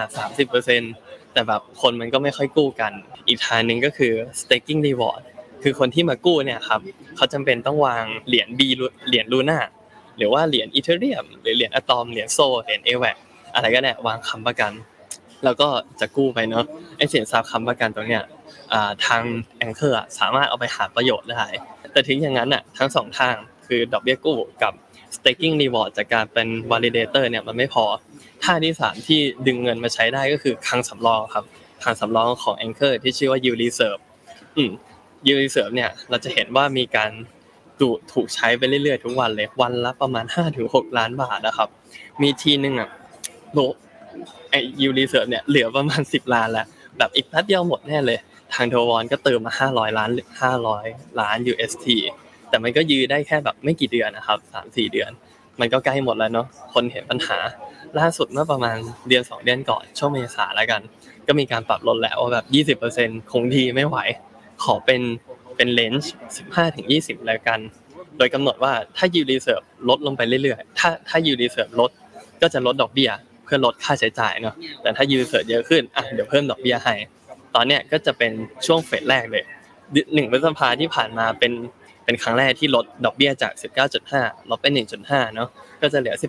25-30% แต่แบบคนมันก็ไม่ค่อยกู้กันอีกทางนึงก็คือ staking reward คือคนที่มากู้เนี่ยครับเขาจำเป็นต้องวางเหรียญ B เหรียญ Luna หรือว่าเหรียญ Ethereum หรือเหรียญ Atom เหรียญ Sol เหรียญ AVAX อะไรก็ได้วางค้ำประกันแล้วก็จะกู้ไปเนาะไอ้สินทรัพย์ค้ำประกันตรงเนี้ยทาง Anchor สามารถเอาไปหาประโยชน์ได้แต่ถึงอย่างนั้นทั้ง2ทางคือดอกเบี้ยกู้กับ staking reward จากการเป็น validator เนี่ยมันไม่พอท่าที่3ที่ดึงเงินมาใช้ได้ก็คือคลังสำรองครับคลังสำรองของ Anchor ที่ชื่อว่า Yield Reserve Yield Reserve เนี่ยเราจะเห็นว่ามีการถูกใช้ไปเรื่อยๆทุกวันเลยวันละประมาณ 5-6 ล้านบาทนะครับมีทีนึงไอ้ Yield Reserve เนี่ยเหลือประมาณ10ล้านแล้วแบบอีกแป๊บเดียวหมดแน่เลยทางโทวอนก็เติมมา500ล้าน UST แต่มันก็ยื้อได้แค่แบบไม่กี่เดือนนะครับ 3-4 เดือนมันก็ใกล้หมดแล้วเนาะคนเห็นปัญหาล่าสุดเมื่อประมาณเดือน2เดือนก่อนช่วงเมษาแล้วกันก็มีการปรับลดแล้วว่าแบบ 20% คงที่ไม่ไหวขอเป็นเลนจ์ 15-20 แล้วกันโดยกำหนดว่าถ้า Yield Reserve ลดลงไปเรื่อยๆถ้า Yield Reserve ลดก็จะลดดอกเบี้ยเพื่อลดค่าใช้จ่ายเนาะแต่ถ้า Yield Reserve เยอะขึ้นเดี๋ยวเพิ่มดอกเบี้ยให้ตอนเนี้ยก็จะเป็นช่วงเฟสแรกเลย1พฤษภาคมที่ผ่านมาเป็นครั้งแรกที่ลดดอกเบี้ยจาก 19.5 ลดไป 1.5 เนาะก็จะเหลือ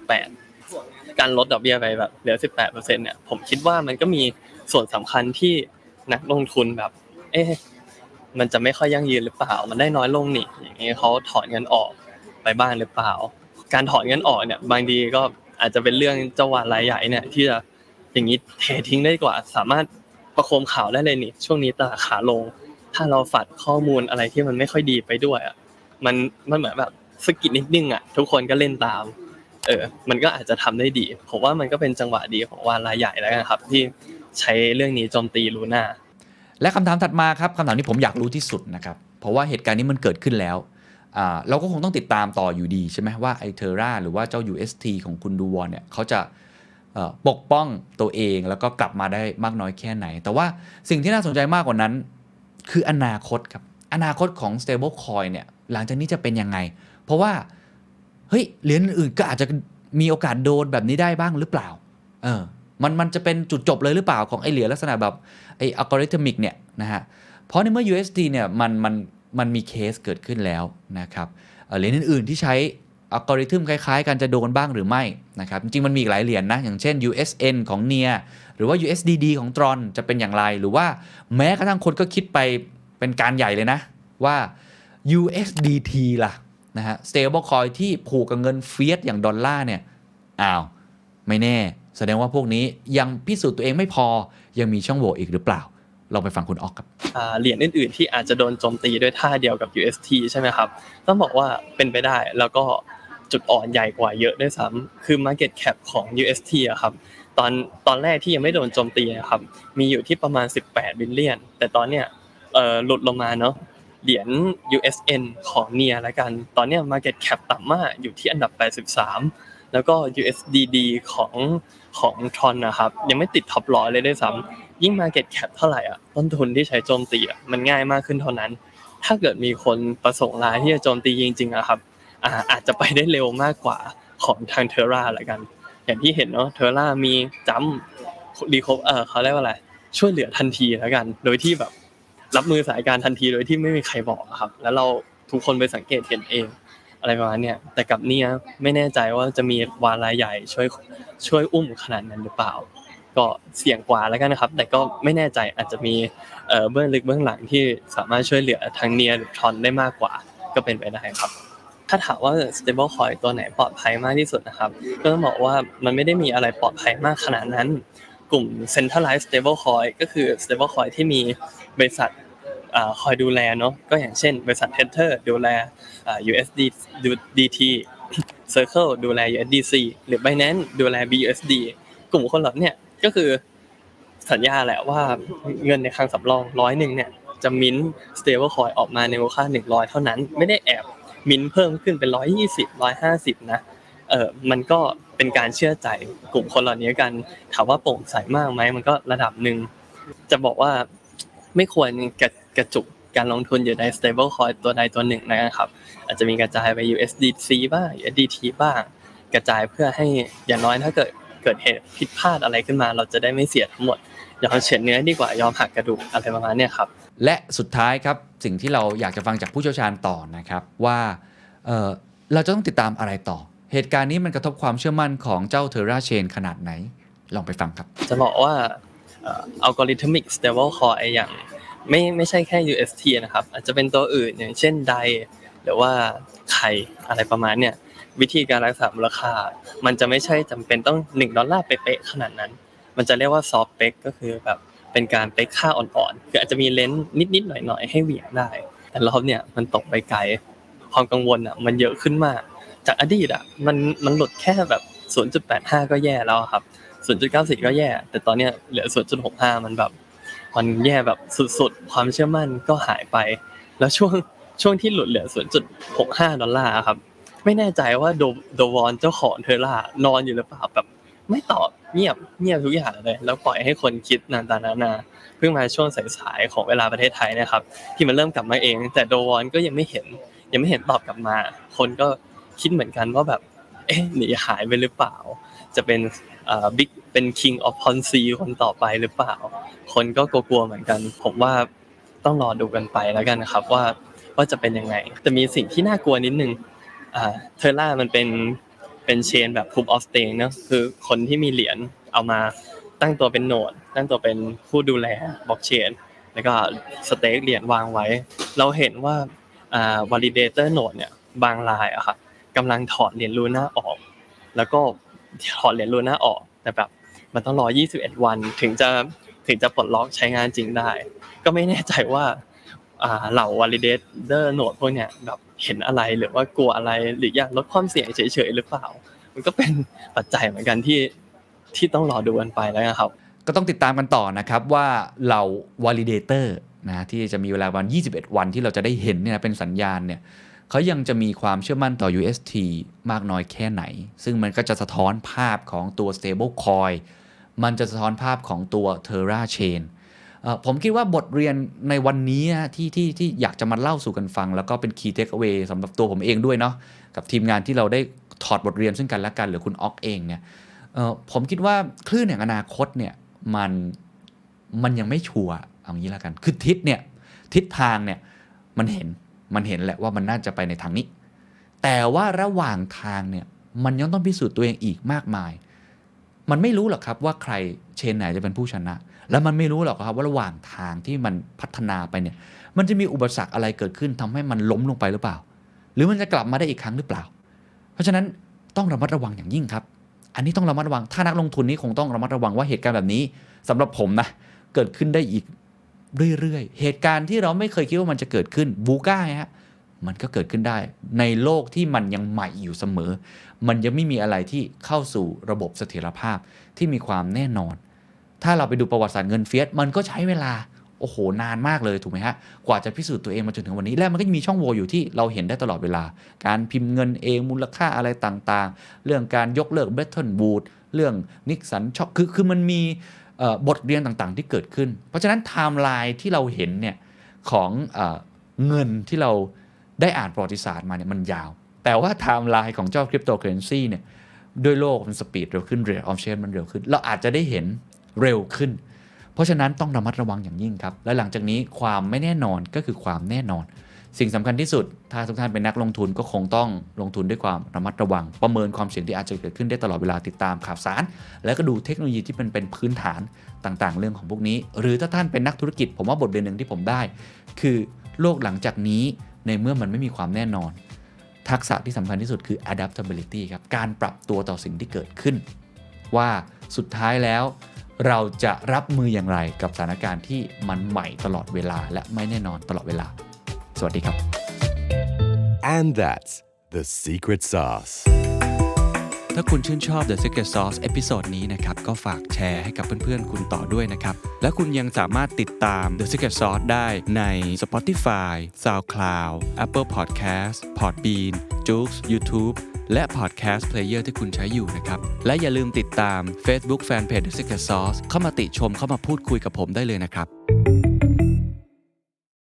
18 การลดดอกเบี้ยไปแบบเหลือ 18% เนี่ยผมคิดว่ามันก็มีส่วนสำคัญที่นักลงทุนแบบมันจะไม่ค่อยยั่งยืนหรือเปล่ามันได้น้อยลงนี่อย่างงี้เขาถอนเงินออกไปบ้างหรือเปล่าการถอนเงินออกเนี่ยบางทีก็อาจจะเป็นเรื่องเจ้าวานรายใหญ่เนี่ยที่จะอย่างงี้เททิ้งได้กว่าสามารถประโคมข่าวได้เลยนี่ช่วงนี้ตลาดขาลงถ้าเราฝัดข้อมูลอะไรที่มันไม่ค่อยดีไปด้วยมันเหมือนแบบสะกิดนิดนึงทุกคนก็เล่นตามมันก็อาจจะทำได้ดีผมว่ามันก็เป็นจังหวะดีของวานรายใหญ่แล้วกันครับที่ใช้เรื่องนี้โจมตีลูน่าและคำถามถัดมาครับคำถามที่ผมอยากรู้ที่สุดนะครับเพราะว่าเหตุการณ์นี้มันเกิดขึ้นแล้วเราก็คงต้องติดตามต่ออยู่ดีใช่ไหมว่าไอเทอร่าหรือว่าเจ้า UST ของคุณดูวอนเนี่ยเขาจะปกป้องตัวเองแล้วก็กลับมาได้มากน้อยแค่ไหนแต่ว่าสิ่งที่น่าสนใจมากกว่านั้นคืออนาคตครับอนาคตของ stable coin เนี่ยหลังจากนี้จะเป็นยังไงเพราะว่าเฮ้ยเหรียญอื่นก็อาจจะมีโอกาสโดนแบบนี้ได้บ้างหรือเปล่ามันจะเป็นจุดจบเลยหรือเปล่าของไอเหรียญลักษณะแบบไออัลกอริทึมิกเนี่ยนะฮะเพราะในเมื่อ USD เนี่ยมันมีเคสเกิดขึ้นแล้วนะครับเหรียญอื่นๆที่ใช้อัลกอริทึมคล้ายๆกันจะโดนบ้างหรือไม่นะครับจริงๆมันมีอีกหลายเหรียญนะอย่างเช่น USN ของ NEAR หรือว่า USDD ของ Tron จะเป็นอย่างไรหรือว่าแม้กระทั่งคนก็คิดไปเป็นการใหญ่เลยนะว่า USDT ล่ะนะฮะ stable coin ที่ผูกกับเงินเฟียสอย่างดอลลาร์เนี่ยไม่แน่แสดงว่าพวกนี้ยังพิสูจน์ตัวเองไม่พอยังมีช่องโหว่อีกหรือเปล่าลองไปฟังคุณออกครับเหรียญอื่นๆที่อาจจะโดนโจมตีด้วยท่าเดียวกับ UST ใช่ไหมครับต้องบอกว่าเป็นไปได้แล้วก็จุดอ่อนใหญ่กว่าเยอะด้วยซ้ำคือ market cap ของ UST ครับตอนแรกที่ยังไม่โดนโจมตีครับมีอยู่ที่ประมาณ18 บิลเลียนแต่ตอนเนี้ยหลุดลงมาเนาะเหรียญ USN ของ NEAR ละกันตอนเนี้ย market cap ต่ำมากอยู่ที่อันดับ83แล้วก็ USDD ของ Tron นะครับยังไม่ติดท็อป100เลยด้วยซ้ำยิ่ง market cap เท่าไหร่ต้นทุนที่ใช้โจมตีมันง่ายมากขึ้นเท่านั้นถ้าเกิดมีคนประสงค์ร้ายที่จะโจมตีจริงๆครับอาจจะไปได้เร็วมากกว่าของทาง Terra ละกันอย่างที่เห็นเนาะ Terra มีจัมป์รีคอเขาเรียกว่าอะไรช่วยเหลือทันทีแล้วกันโดยที่แบบรับมือสถานการณ์ทันทีโดยที่ไม่มีใครบอกครับแล้วเราทุกคนไปสังเกตเห็นเองอะไรประมาณเนี้ยแต่กับเนี่ยไม่แน่ใจว่าจะมีวานรายใหญ่ช่วยอุ้มขนาดนั้นหรือเปล่าก็เสี่ยงกว่าแล้วกันนะครับแต่ก็ไม่แน่ใจอาจจะมีเบื้องลึกเบื้องหลังที่สามารถช่วยเหลือทางเนียหรือทรอนได้มากกว่าก็เป็นไปได้ครับถ้าถามว่า stable coin ตัวไหนปลอดภัยมากที่สุดนะครับก็ต้องบอกว่ามันไม่ได้มีอะไรปลอดภัยมากขนาดนั้นกลุ่ม centralized stable coin ก็คือ stable coin ที่มีบริษัทคอยดูแลเนาะก็อย่างเช่นบริษัท Tether ดูแลUSDT Circle ดูแล USDC หรือ Binance ดูแล BUSD กลุ่มคนเหล่านี้ก็คือสัญญาแหละว่าเงินในคลังสำรอง100นึงเนี่ยจะมิ้น stable coin ออกมาในมูลค่า100เท่านั้นไม่ได้แอบมิ้นเพิ่มขึ้นเป็น120 150นะมันก็เป็นการเชื่อใจกลุ่มคนเหล่านี้กันถามว่าโปร่งใสมากไหมมันก็ระดับนึงจะบอกว่าไม่ควรกระจุกการลงทุนอยู่ใน stable coin ตัวใดตัวหนึ่งนะครับอาจจะมีกระจายไป USDC บ้าง USDT บ้างกระจายเพื่อให้อย่างน้อยถ้าเกิดเหตุผิดพลาดอะไรขึ้นมาเราจะได้ไม่เสียทั้งหมดยอมเฉือนเนื้อดีกว่ายอมหักกระดูกอะไรประมาณนี้ครับและสุดท้ายครับสิ่งที่เราอยากจะฟังจากผู้เชี่ยวชาญต่อนะครับว่าเราจะต้องติดตามอะไรต่อเหตุการณ์นี้มันกระทบความเชื่อมั่นของเจ้า Terra Chain ขนาดไหนลองไปฟังครับจะบอกว่าalgorithmic stable coin อย่างไม่ใช่แค่ UST นะครับอาจจะเป็นตัวอื่นอย่างเช่น DAI หรือว่าไข่อะไรประมาณเนี่ยวิธีการรักษามูลค่ามันจะไม่ใช่จำเป็นต้อง$1เป๊ะๆขนาดนั้นมันจะเรียกว่า soft peg ก็คือแบบเป็นการเป๊กค่าอ่อนๆคืออาจจะมีเลนส์นิดๆหน่อยๆให้เหวี่ยงได้แต่รอบเนี่ยมันตกไปไกลความกังวลอ่ะมันเยอะขึ้นมากจากอดีตอ่ะมันหลุดแค่แบบ 0.85 ก็แย่แล้วครับ 0.94 ก็แย่แต่ตอนเนี้ยเหลือ 0.65 มันแย่แบบสุดๆความเชื่อมั่นก็หายไปแล้วช่วงที่หลุดเหลือ $0.65 ครับไม่แน่ใจว่าโดวอนเจ้าของเทอร่านอนอยู่หรือเปล่าแบบไม่ตอบเงียบทุกอย่างเลยแล้วปล่อยให้คนคิดนานาเพิ่งมาช่วงสายๆของเวลาประเทศไทยนะครับที่มันเริ่มกลับมาเองแต่โดวอนก็ยังไม่เห็นตอบกลับมาคนก็คิดเหมือนกันว่าแบบหนีหายไปหรือเปล่าจะเป็นบิ๊กเป็น King of Ponzi คนต่อไปหรือเปล่าคนก็กลัวๆเหมือนกันผมว่าต้องรอดูกันไปแล้วกันนะครับว่าจะเป็นยังไงแต่มีสิ่งที่น่ากลัวนิดนึงเทอร่ามันเป็นเชนแบบ proof of stake เนอะคือคนที่มีเหรียญเอามาตั้งตัวเป็นโนดตั้งตัวเป็นผู้ดูแลบล็อกเชนแล้วก็สเต็กเหรียญวางไว้เราเห็นว่าวาลิเดเตอร์โนดเนี่ยบางรายอะครับกำลังถอดเหรียญลูน่าออกแล้วก็ถอดเหรียญลูน่าออกแต่แบบมันต้องรอ21วันถึงจะปลดล็อกใช้งานจริงได้ก็ไม่แน่ใจว่าเหล่าวาลิเดเตอร์โนดพวกเนี้ยแบบเห็นอะไรหรือว่ากลัวอะไรหรืออยากลดความเสี่ยงเฉยๆหรือเปล่ามันก็เป็นปัจจัยเหมือนกันที่ต้องรอดูกันไปแล้วครับก็ต้องติดตามกันต่อนะครับว่าเหล่าวาลิเดเตอร์นะที่จะมีเวลาประมาณ21วันที่เราจะได้เห็นเนี่ยเป็นสัญญาณเนี่ยเขายังจะมีความเชื่อมั่นต่อ UST มากน้อยแค่ไหนซึ่งมันก็จะสะท้อนภาพของตัว stable coin มันจะสะท้อนภาพของตัว Terra Chain ผมคิดว่าบทเรียนในวันนี้ที่อยากจะมาเล่าสู่กันฟังแล้วก็เป็น key takeaway สำหรับตัวผมเองด้วยเนาะกับทีมงานที่เราได้ถอดบทเรียนซึ่งกันและกันหรือคุณอ๊อกเองเนี่ยผมคิดว่าคลื่นแห่งอนาคตเนี่ยมันยังไม่ชัวร์เอางี้แล้วกันคือทิศทางเนี่ยมันเห็นแหละว่ามันน่าจะไปในทางนี้แต่ว่าระหว่างทางเนี่ยมันยังต้องพิสูจน์ตัวเองอีกมากมายมันไม่รู้หรอกครับว่าใครเชนไหนจะเป็นผู้ชนะแล้วมันไม่รู้หรอกครับว่าระหว่างทางที่มันพัฒนาไปเนี่ยมันจะมีอุปสรรคอะไรเกิดขึ้นทำให้มันล้มลงไปหรือเปล่าหรือมันจะกลับมาได้อีกครั้งหรือเปล่าเพราะฉะนั้นต้องระมัดระวังอย่างยิ่งครับอันนี้ต้องระมัดระวังถ้านักลงทุนนี้คงต้องระมัดระวังว่าเหตุการณ์แบบนี้สำหรับผมนะเกิดขึ้นได้อีกเรื่อยๆเหตุการณ์ที่เราไม่เคยคิดว่ามันจะเกิดขึ้นบูก้าฮะมันก็เกิดขึ้นได้ในโลกที่มันยังใหม่อยู่เสมอมันยังไม่มีอะไรที่เข้าสู่ระบบเสถียรภาพที่มีความแน่นอนถ้าเราไปดูประวัติศาสตร์เงินเฟียสมันก็ใช้เวลาโอ้โหนานมากเลยถูกไหมฮะกว่าจะพิสูจน์ตัวเองมาจนถึงวันนี้และมันก็จะมีช่องโหว่อยู่ที่เราเห็นได้ตลอดเวลาการพิมพ์เงินเองมูลค่าอะไรต่างๆเรื่องการยกเลิกเบรตตันวูดเรื่องนิกสันช็อคคือมันมีบทเรียนต่างๆที่เกิดขึ้นเพราะฉะนั้นไทม์ไลน์ที่เราเห็นเนี่ยของเงินที่เราได้อ่านประวัติศาสตร์มาเนี่ยมันยาวแต่ว่าไทม์ไลน์ของเจ้าคริปโตเคอเรนซีเนี่ยด้วยโลกมันสปีดเร็วขึ้น rate of change มันเร็วขึ้นเราอาจจะได้เห็นเร็วขึ้นเพราะฉะนั้นต้องระมัดระวังอย่างยิ่งครับและหลังจากนี้ความไม่แน่นอนก็คือความแน่นอนสิ่งสำคัญที่สุดถ้าทุกท่านเป็นนักลงทุนก็คงต้องลงทุนด้วยความระมัดระวังประเมินความเสี่ยงที่อาจจะเกิดขึ้นได้ตลอดเวลาติดตามข่าวสารแล้วก็ดูเทคโนโลยีที่เป็นพื้นฐานต่างๆเรื่องของพวกนี้หรือถ้าท่านเป็นนักธุรกิจผมว่าบทเรียนหนึ่งที่ผมได้คือโลกหลังจากนี้ในเมื่อมันไม่มีความแน่นอนทักษะที่สำคัญที่สุดคือ adaptability ครับการปรับตัวต่อสิ่งที่เกิดขึ้นว่าสุดท้ายแล้วเราจะรับมืออย่างไรกับสถานการณ์ที่มันใหม่ตลอดเวลาและไม่แน่นอนตลอดเวลาสวัสดีครับ And that's the secret sauce. ถ้าคุณชื่นชอบ The Secret Sauce เอพิโซดนี้นะครับก็ฝากแชร์ให้กับเพื่อนๆคุณต่อด้วยนะครับและคุณยังสามารถติดตาม The Secret Sauce ได้ใน Spotify, SoundCloud, Apple Podcast, Podbean, Joox, YouTube และ Podcast Player ที่คุณใช้อยู่นะครับและอย่าลืมติดตาม Facebook Fanpage The Secret Sauce เข้ามาติชมเข้ามาพูดคุยกับผมได้เลยนะครับ